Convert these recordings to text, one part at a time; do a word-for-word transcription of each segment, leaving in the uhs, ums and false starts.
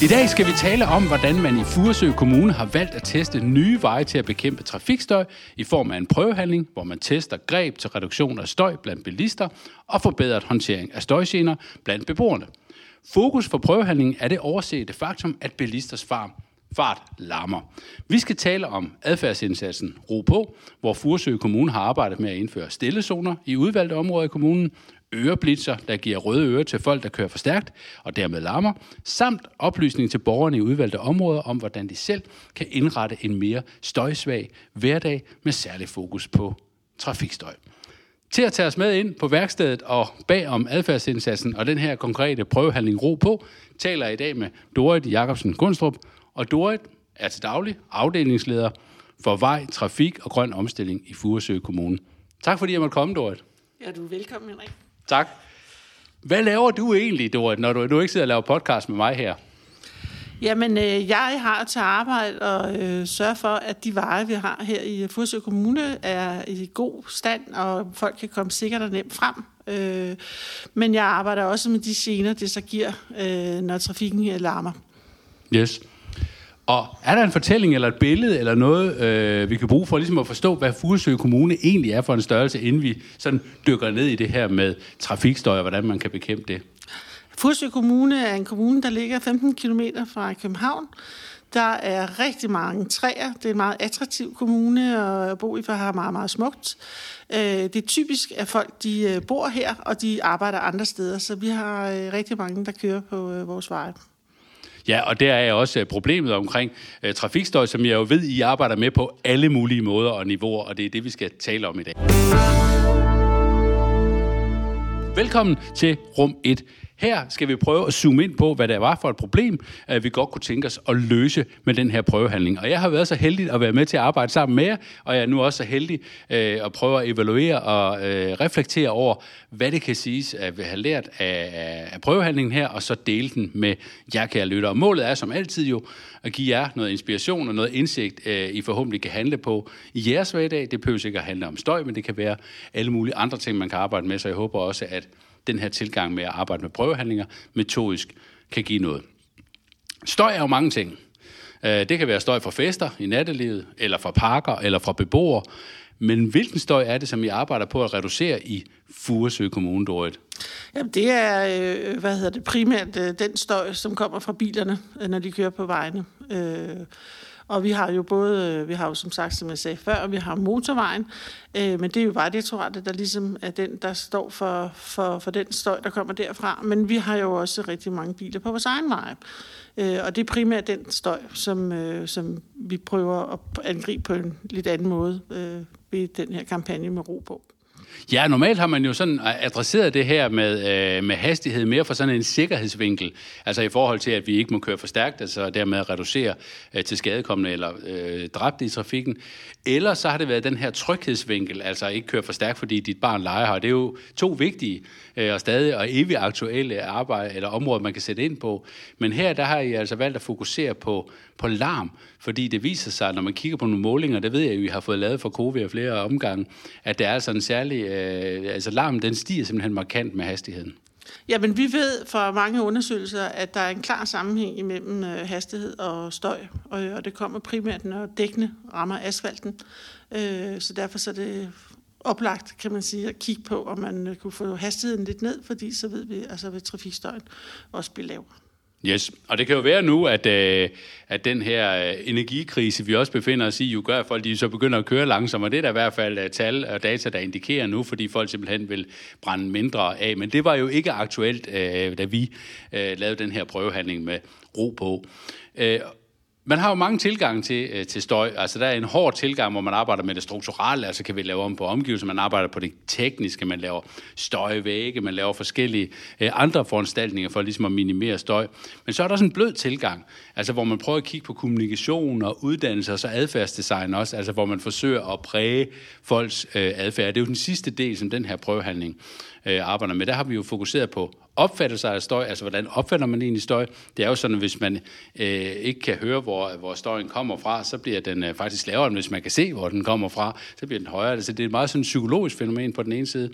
I dag skal vi tale om, hvordan man i Furesø Kommune har valgt at teste nye veje til at bekæmpe trafikstøj i form af en prøvehandling, hvor man tester greb til reduktion af støj blandt bilister og forbedret håndtering af støjgener blandt beboerne. Fokus for prøvehandlingen er det oversete faktum, at bilisters fart larmer. Vi skal tale om adfærdsindsatsen Ro På, hvor Furesø Kommune har arbejdet med at indføre stillezoner i udvalgte områder i kommunen, øreblitzer, der giver røde ører til folk, der kører for stærkt og dermed larmer, samt oplysning til borgerne i udvalgte områder om, hvordan de selv kan indrette en mere støjsvag hverdag med særlig fokus på trafikstøj. Til at tage os med ind på værkstedet og bag om adfærdsindsatsen og den her konkrete prøvehandling Ro På, taler jeg i dag med Dorit Jacobsen Gunstrup, og Dorit er til daglig afdelingsleder for vej, trafik og grøn omstilling i Furesø Kommune. Tak fordi jeg måtte komme, Dorit. Ja, du er velkommen, Henrik. Tak. Hvad laver du egentlig, Dorit, når du, du ikke sidder og laver podcast med mig her? Jamen, øh, jeg har til arbejde og øh, sørge for, at de veje, vi har her i Furesø Kommune, er i god stand, og folk kan komme sikkert og nemt frem. Øh, men jeg arbejder også med de gener, det så giver, øh, når trafikken larmer. Yes. Og er der en fortælling eller et billede eller noget, øh, vi kan bruge for ligesom at forstå, hvad Furesø Kommune egentlig er for en størrelse, inden vi sådan dykker ned i det her med trafikstøj og hvordan man kan bekæmpe det? Furesø Kommune er en kommune, der ligger femten kilometer fra København. Der er rigtig mange træer. Det er en meget attraktiv kommune at bo i, for at have meget, meget smukt. Det er typisk, at folk de bor her, og de arbejder andre steder, så vi har rigtig mange, der kører på vores veje. Ja, og der er også problemet omkring uh, trafikstøj, som jeg jo ved, I arbejder med på alle mulige måder og niveauer, og det er det, vi skal tale om i dag. Velkommen til Rum et. Her skal vi prøve at zoome ind på, hvad det var for et problem, vi godt kunne tænke os at løse med den her prøvehandling. Og jeg har været så heldig at være med til at arbejde sammen med jer, og jeg er nu også så heldig at prøve at evaluere og reflektere over, hvad det kan siges, at vi har lært af prøvehandlingen her, og så dele den med jer, kære lyttere. Målet er som altid jo at give jer noget inspiration og noget indsigt, I forhåbentlig kan handle på i jeres hverdag. Det behøver ikke at handle om støj, men det kan være alle mulige andre ting, man kan arbejde med, så jeg håber også, at den her tilgang med at arbejde med prøvehandlinger metodisk kan give noget. Støj er jo mange ting. Det kan være støj fra fester i nattelivet, eller fra parker, eller fra beboere. Men hvilken støj er det, som I arbejder på at reducere i Furesø Kommune, Dorit? Jamen, det er hvad hedder det, primært den støj, som kommer fra bilerne, når de kører på vejene. Og vi har jo både, vi har jo som sagt, som jeg sagde før, vi har motorvejen, øh, men det er jo Vejdirektoratet, der ligesom er den, der står for, for, for den støj, der kommer derfra. Men vi har jo også rigtig mange biler på vores egen vej. Øh, og det er primært den støj, som, øh, som vi prøver at angribe på en lidt anden måde øh, ved den her kampagne med Ro På. Ja, normalt har man jo sådan adresseret det her med, øh, med hastighed mere fra sådan en sikkerhedsvinkel, altså i forhold til, at vi ikke må køre for stærkt, altså dermed reducere øh, til skadekommende eller øh, dræbte i trafikken. Eller så har det været den her tryghedsvinkel, altså ikke køre for stærkt, fordi dit barn leger her. Det er jo to vigtige øh, og stadig og evigt aktuelle arbejde eller områder, man kan sætte ind på. Men her, der har I altså valgt at fokusere på, på larm, fordi det viser sig, når man kigger på nogle målinger, det ved jeg jo, I har fået lavet for COVID og flere omgange, at der er altså en særlig, øh, altså larmen, den stiger simpelthen markant med hastigheden. Ja, men vi ved fra mange undersøgelser, at der er en klar sammenhæng imellem øh, hastighed og støj, og, og det kommer primært, når dækkene rammer asfalten. Øh, så derfor så er det oplagt, kan man sige, at kigge på, om man kunne få hastigheden lidt ned, fordi så ved vi, altså vil trafikstøjen også blive lavere. Yes, og det kan jo være nu, at, øh, at den her øh, energikrise, vi også befinder os i, jo gør, at folk de så begynder at køre langsommere. Det er der i hvert fald uh, tal og data, der indikerer nu, fordi folk simpelthen vil brænde mindre af. Men det var jo ikke aktuelt, øh, da vi øh, lavede den her prøvehandling med Ro På. Øh, Man har jo mange tilgange til, øh, til støj. Altså der er en hård tilgang, hvor man arbejder med det strukturelle, altså kan vi lave om på omgivelser, man arbejder på det tekniske, man laver støjvægge, man laver forskellige øh, andre foranstaltninger for ligesom at minimere støj. Men så er der også en blød tilgang, altså hvor man prøver at kigge på kommunikation og uddannelse og så adfærdsdesign også, altså hvor man forsøger at præge folks øh, adfærd. Det er jo den sidste del, som den her prøvehandling øh, arbejder med. Der har vi jo fokuseret på opfattelse af støj, altså hvordan opfatter man egentlig støj. Det er jo sådan, at hvis man øh, ikke kan høre, hvor, hvor støjen kommer fra, så bliver den øh, faktisk lavere, end hvis man kan se, hvor den kommer fra, så bliver den højere. Så det er et meget sådan psykologisk fænomen på den ene side.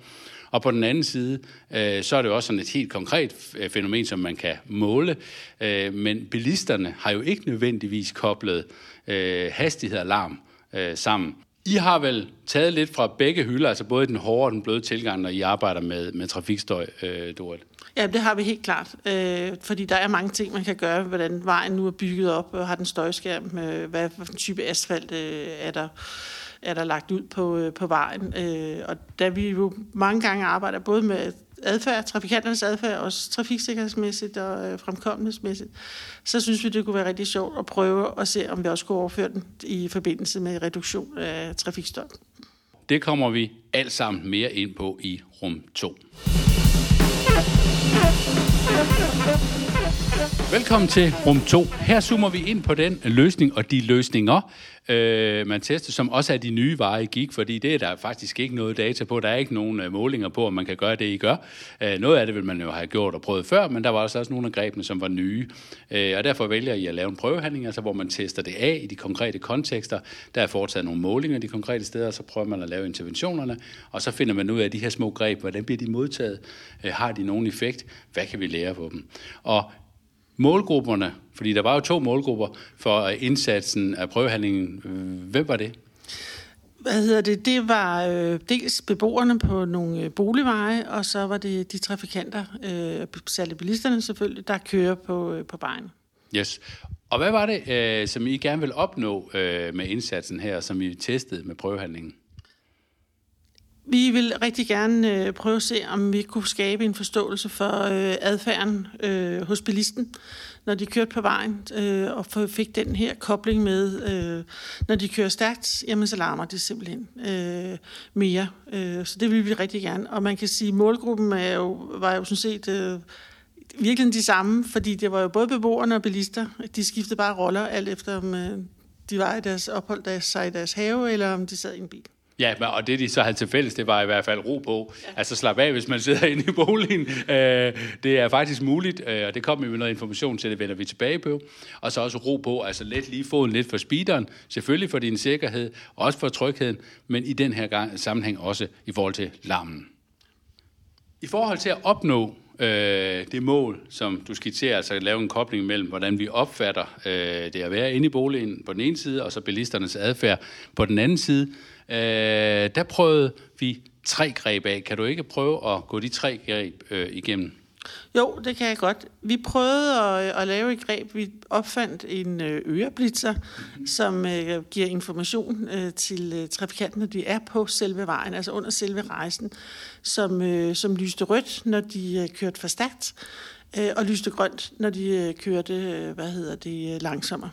Og på den anden side, øh, så er det også sådan et helt konkret fænomen, som man kan måle. Øh, men bilisterne har jo ikke nødvendigvis koblet øh, hastighed og larm øh, sammen. I har vel taget lidt fra begge hylder, altså både den hårde og den bløde tilgang, når I arbejder med, med trafikstøj, øh, Dorit? Ja, det har vi helt klart, øh, fordi der er mange ting, man kan gøre, hvordan vejen nu er bygget op, og har den støjskærm, øh, hvad for en type asfalt øh, er der er der lagt ud på, øh, på vejen. Øh, og da vi jo mange gange arbejder både med adfærd, trafikanternes adfærd, også trafiksikkerhedsmæssigt og øh, fremkommelighedsmæssigt, så synes vi, det kunne være rigtig sjovt at prøve at se, om vi også kunne overføre den i forbindelse med reduktion af trafikstøj. Det kommer vi alt sammen mere ind på i rum to. Velkommen til rum to. Her zoomer vi ind på den løsning og de løsninger, øh, man tester, som også er de nye veje i gik, fordi det er der faktisk ikke noget data på. Der er ikke nogen øh, målinger på, om man kan gøre det, I gør. Øh, noget af det vil man jo have gjort og prøvet før, men der var også, også nogle af grebene, som var nye. Øh, og derfor vælger I at lave en prøvehandling, altså hvor man tester det af i de konkrete kontekster. Der er foretaget nogle målinger i de konkrete steder, og så prøver man at lave interventionerne, og så finder man ud af de her små greb, hvordan bliver de modtaget? Øh, har de nogen effekt? Hvad kan vi lære på dem? Og målgrupperne, fordi der var jo to målgrupper for indsatsen af prøvehandlingen. Hvem var det? Hvad hedder det? Det var øh, dels beboerne på nogle øh, boligveje, og så var det de trafikanter, øh, særligt bilisterne selvfølgelig, der kører på, øh, på vejen. Yes. Og hvad var det, øh, som I gerne vil opnå øh, med indsatsen her, som I testede med prøvehandlingen? Vi vil rigtig gerne øh, prøve at se, om vi kunne skabe en forståelse for øh, adfærden øh, hos bilisten, når de kørte på vejen, øh, og fik den her kobling med, øh, når de kører stærkt, jamen så larmer det simpelthen øh, mere. Øh, så det vil vi rigtig gerne. Og man kan sige, at målgruppen er jo, var jo sådan set øh, virkelig de samme, fordi det var jo både beboerne og bilister. De skiftede bare roller, alt efter om øh, de var i deres ophold, der sig i deres have, eller om de sad i en bil. Ja, og det de så havde til fælles, det var i hvert fald ro på. Ja. Altså slap af, hvis man sidder inde i boligen. Øh, det er faktisk muligt, øh, og det kommer vi med noget information til, det vender vi tilbage på. Og så også ro på, altså let lige foden lidt for speederen, selvfølgelig for din sikkerhed, også for trygheden, men i den her gang, sammenhæng også i forhold til larmen. I forhold til at opnå øh, det mål, som du skitserer, altså at lave en kobling mellem, hvordan vi opfatter øh, det at være inde i boligen på den ene side, og så bilisternes adfærd på den anden side, Øh, der prøvede vi tre greb af. Kan du ikke prøve at gå de tre greb øh, igennem? Jo, det kan jeg godt. Vi prøvede at, at lave et greb. Vi opfandt en øreblitzer, mm-hmm. som øh, giver information øh, til øh, trafikanterne, når de er på selve vejen, altså under selve rejsen, som, øh, som lyste rødt, når de øh, kørte for stærkt, øh, og lyste grønt, når de øh, kørte øh, hvad hedder det, langsommere.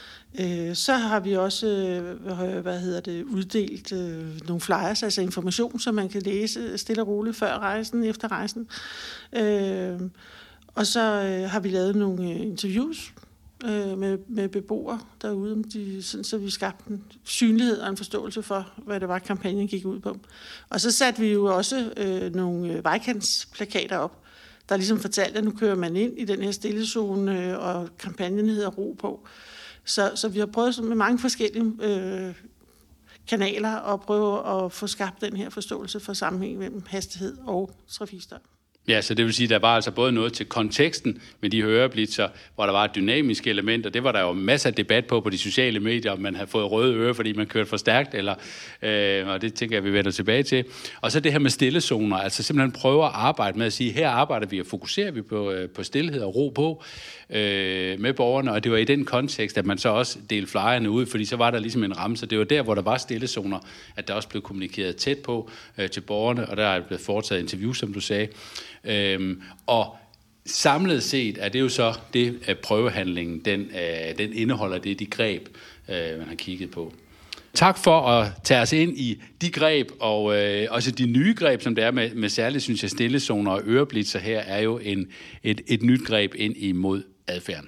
Så har vi også hvad hedder det, uddelt øh, nogle flyers, altså information, som man kan læse stille og roligt før rejsen, efter rejsen. Øh, og så øh, har vi lavet nogle interviews øh, med, med beboere derude, om de, sådan, så vi skabte en synlighed og en forståelse for, hvad det var, kampagnen gik ud på. Og så satte vi jo også øh, nogle vejkantsplakater op, der ligesom fortalte, at nu kører man ind i den her stillezone, øh, og kampagnen hedder Ro på. Så, så vi har prøvet med mange forskellige øh, kanaler at prøve at få skabt den her forståelse for sammenhæng mellem hastighed og trafikstøj. Ja, så det vil sige, at der var altså både noget til konteksten med de høreblitzer, hvor der var et dynamisk element, og det var der jo masser af debat på på de sociale medier, om man havde fået røde ører, fordi man kørte for stærkt, eller, øh, og det tænker jeg, vi vender tilbage til. Og så det her med stillezoner, altså simpelthen prøve at arbejde med at sige, her arbejder vi og fokuserer vi på, øh, på stillhed og ro på øh, med borgerne, og det var i den kontekst, at man så også delte flyerne ud, fordi så var der ligesom en ramme, så det var der, hvor der var stillezoner, at der også blev kommunikeret tæt på øh, til borgerne, og der er blevet foretaget interview, som du sagde. Øhm, og samlet set er det jo så det, at prøvehandlingen den, øh, den indeholder det, de greb, øh, man har kigget på. Tak for at tage os ind i de greb, og øh, også de nye greb, som det er med, med særligt, synes jeg, stillezoner og øreblitzer her, er jo en, et, et nyt greb ind imod adfærden.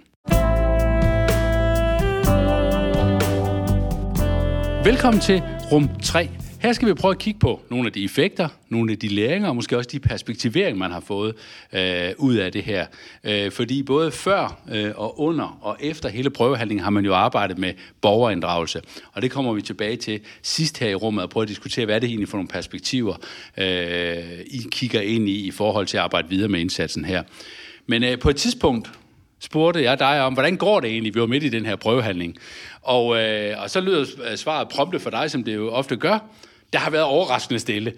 Velkommen til rum tre. Her skal vi prøve at kigge på nogle af de effekter, nogle af de læringer, og måske også de perspektiveringer, man har fået øh, ud af det her. Øh, fordi både før øh, og under og efter hele prøvehandlingen har man jo arbejdet med borgerinddragelse. Og det kommer vi tilbage til sidst her i rummet og prøve at diskutere, hvad er det egentlig for nogle perspektiver, øh, I kigger ind i i forhold til at arbejde videre med indsatsen her. Men øh, på et tidspunkt spurgte jeg dig om, hvordan går det egentlig? Vi var midt i den her prøvehandling. Og, øh, og så lyder svaret prompte for dig, som det jo ofte gør. Der har været overraskende stille.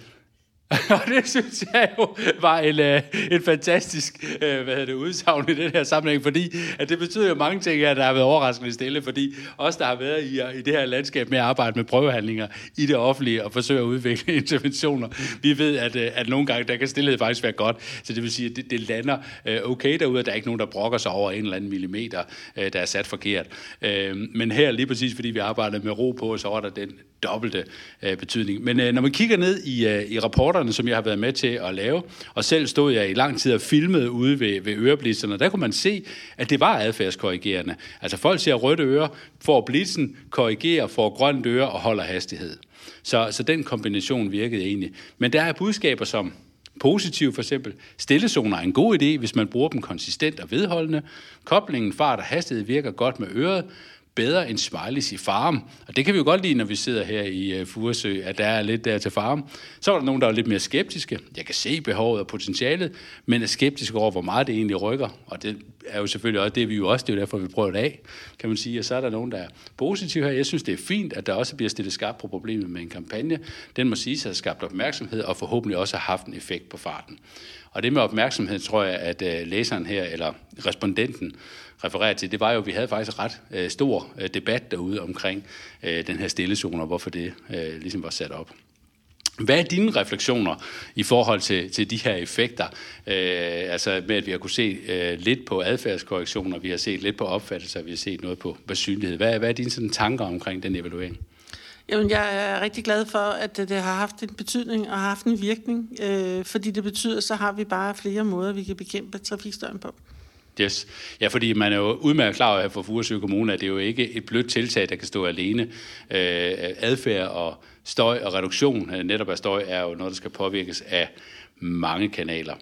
Og det synes jeg jo var en, uh, en fantastisk uh, hvad hedder det, udsagn i den her sammenhæng, fordi at det betyder jo mange ting, at der har været overraskende stille, fordi os, der har været i, i det her landskab med at arbejde med prøvehandlinger i det offentlige og forsøge at udvikle interventioner, vi ved, at, uh, at nogle gange, der kan stillhed faktisk være godt, så det vil sige, at det, det lander uh, okay derude, at der er ikke nogen, der brokker sig over en eller anden millimeter, uh, der er sat forkert. Uh, men her lige præcis, fordi vi arbejder med ro på, så var der den dobbelte uh, betydning. Men uh, når man kigger ned i, uh, i rapporterne, som jeg har været med til at lave, og selv stod jeg i lang tid og filmede ude ved, ved øreblitzerne, der kunne man se, at det var adfærdskorrigerende. Altså folk ser rødt øre, får blitzen, korrigerer, får grønt øre og holder hastighed. Så, så den kombination virkede egentlig. Men der er budskaber som positive, for eksempel stillezoner er en god idé, hvis man bruger dem konsistent og vedholdende. Koblingen fart og hastighed virker godt med øret, bedre end smileys i farm. Og det kan vi jo godt lide, når vi sidder her i uh, Furesø, at der er lidt der til farm. Så var der nogen, der var lidt mere skeptiske. Jeg kan se behovet og potentialet, men er skeptiske over, hvor meget det egentlig rykker. Og det er jo selvfølgelig også det, vi jo også, det er jo derfor, vi prøver det af, kan man sige. Og så er der nogen, der er positive her. Jeg synes, det er fint, at der også bliver stillet skarpt på problemet med en kampagne. Den må siges at have skabt opmærksomhed, og forhåbentlig også har haft en effekt på farten. Og det med opmærksomhed, tror jeg, at uh, læseren her, eller respondenten, refererer til, det var jo, at vi havde faktisk ret øh, stor øh, debat derude omkring øh, den her stillezone, og hvorfor det øh, ligesom var sat op. Hvad er dine refleksioner i forhold til, til de her effekter? Øh, altså med, at vi har kunne se øh, lidt på adfærdskorrektioner, vi har set lidt på opfattelser, vi har set noget på, på synlighed. Hvad, hvad er dine sådan, tanker omkring den evaluering? Jamen, jeg er rigtig glad for, at det har haft en betydning og har haft en virkning, øh, fordi det betyder, så har vi bare flere måder, vi kan bekæmpe trafikstøjen på. Yes. Ja, fordi man er jo udmærket klar over her for Furesø Kommune, at det er jo ikke et blødt tiltag, der kan stå alene. Øh, adfærd og støj og reduktion netop af støj er jo noget, der skal påvirkes af mange kanaler.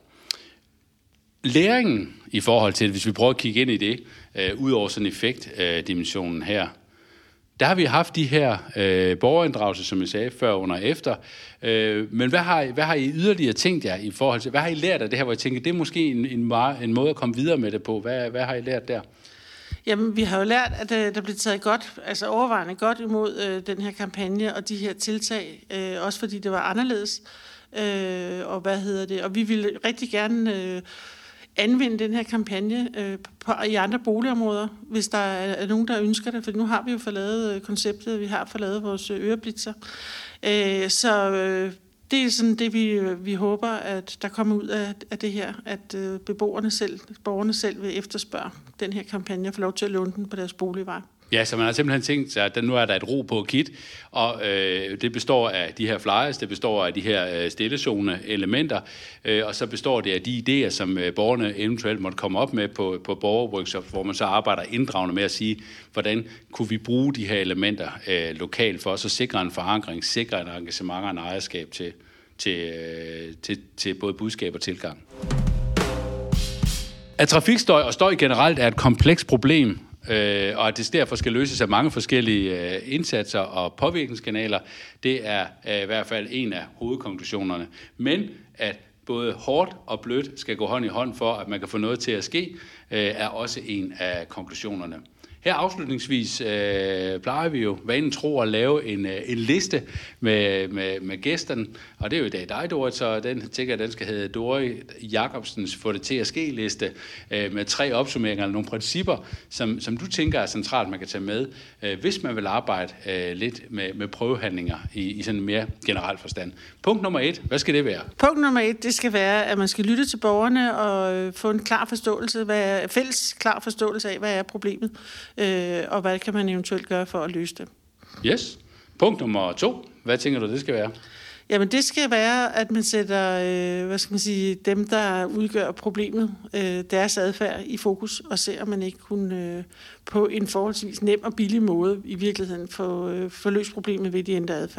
Læringen i forhold til, hvis vi prøver at kigge ind i det, øh, ud over sådan en effektdimensionen øh, her, der har vi haft de her øh, borgerinddragelser, som jeg sagde, før, under og efter. Øh, men hvad har, hvad har I yderligere tænkt jer i forhold til, hvad har I lært af det her, hvor I tænker, det er måske en, en, en måde at komme videre med det på. Hvad, hvad har I lært der? Jamen, vi har jo lært, at øh, der bliver taget godt, altså overvejende godt imod øh, den her kampagne og de her tiltag, øh, også fordi det var anderledes. Øh, og hvad hedder det? Og vi ville rigtig gerne Øh, anvende den her kampagne øh, på, i andre boligområder, hvis der er, er nogen, der ønsker det. For nu har vi jo forladet øh, konceptet, vi har forladet vores øh, øreblitzer. Øh, så øh, det er sådan det, vi, vi håber, at der kommer ud af, af det her, at øh, beboerne selv, borgerne selv vil efterspørge den her kampagne og få lov til at låne den på deres boligvej. Ja, så man har simpelthen tænkt sig, at nu er der et ro på kit, og øh, det består af de her flyers, det består af de her øh, stillezone-elementer, øh, og så består det af de idéer, som øh, borgerne eventuelt måtte komme op med på, på borgerworkshops, hvor man så arbejder inddragende med at sige, hvordan kunne vi bruge de her elementer øh, lokalt for os at sikre en forankring, sikre et engagement og en ejerskab til, til, øh, til, til både budskab og tilgang. At trafikstøj og støj generelt er et komplekst problem, Øh, og at det derfor skal løses af mange forskellige øh, indsatser og påvirkningskanaler, det er øh, i hvert fald en af hovedkonklusionerne. Men at både hårdt og blødt skal gå hånd i hånd for, at man kan få noget til at ske, øh, er også en af konklusionerne. Her afslutningsvis øh, plejer vi jo vanen tro at lave en, øh, en liste med, med, med gæsterne, og det er jo i dag dig, Dorit, så den tænker jeg, den skal hedde Dorit Jacobsens Få det til at ske liste øh, med tre opsummeringer eller nogle principper, som, som du tænker er centralt, man kan tage med, øh, hvis man vil arbejde øh, lidt med, med prøvehandlinger i, i sådan en mere generel forstand. Punkt nummer et, hvad skal det være? Punkt nummer et, det skal være, at man skal lytte til borgerne og få en klar forståelse, hvad er, fælles klar forståelse af, hvad er problemet. Øh, og hvad kan man eventuelt gøre for at løse det? Yes. Punkt nummer to. Hvad tænker du, det skal være? Jamen, det skal være, at man sætter, øh, hvad skal man sige, dem, der udgør problemet, øh, deres adfærd i fokus, og ser, om man ikke kunne øh, på en forholdsvis nem og billig måde i virkeligheden få, øh, få løst problemet ved de ændrede adfærd.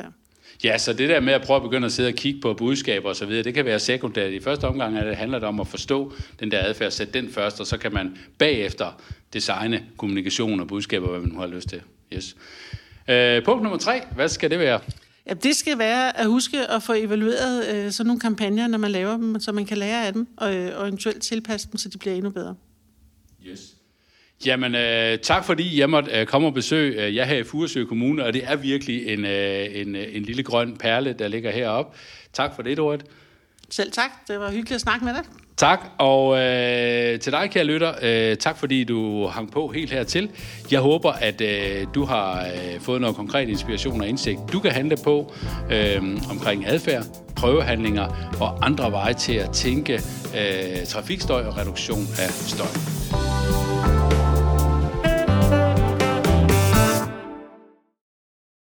Ja, så det der med at prøve at begynde at sidde og kigge på budskaber og så videre, det kan være sekundært. I første omgang er det, handler det om at forstå den der adfærd, sætte den først, og så kan man bagefter designe kommunikation og budskaber, hvad man nu har lyst til. Yes. Øh, punkt nummer tre, hvad skal det være? Ja, det skal være at huske at få evalueret øh, sådan nogle kampagner, når man laver dem, så man kan lære af dem, og, og eventuelt tilpasse dem, så de bliver endnu bedre. Yes. Jamen, øh, tak fordi jeg måtte øh, komme og besøge jer her i Furesø Kommune, og det er virkelig en, øh, en, en lille grøn perle, der ligger heroppe. Tak for det, Dorrit. Selv tak. Det var hyggeligt at snakke med dig. Tak, og øh, til dig, kære lytter, øh, tak fordi du hang på helt hertil. Jeg håber, at øh, du har øh, fået noget konkret inspiration og indsigt, du kan handle på øh, omkring adfærd, prøvehandlinger og andre veje til at tænke øh, trafikstøj og reduktion af støj.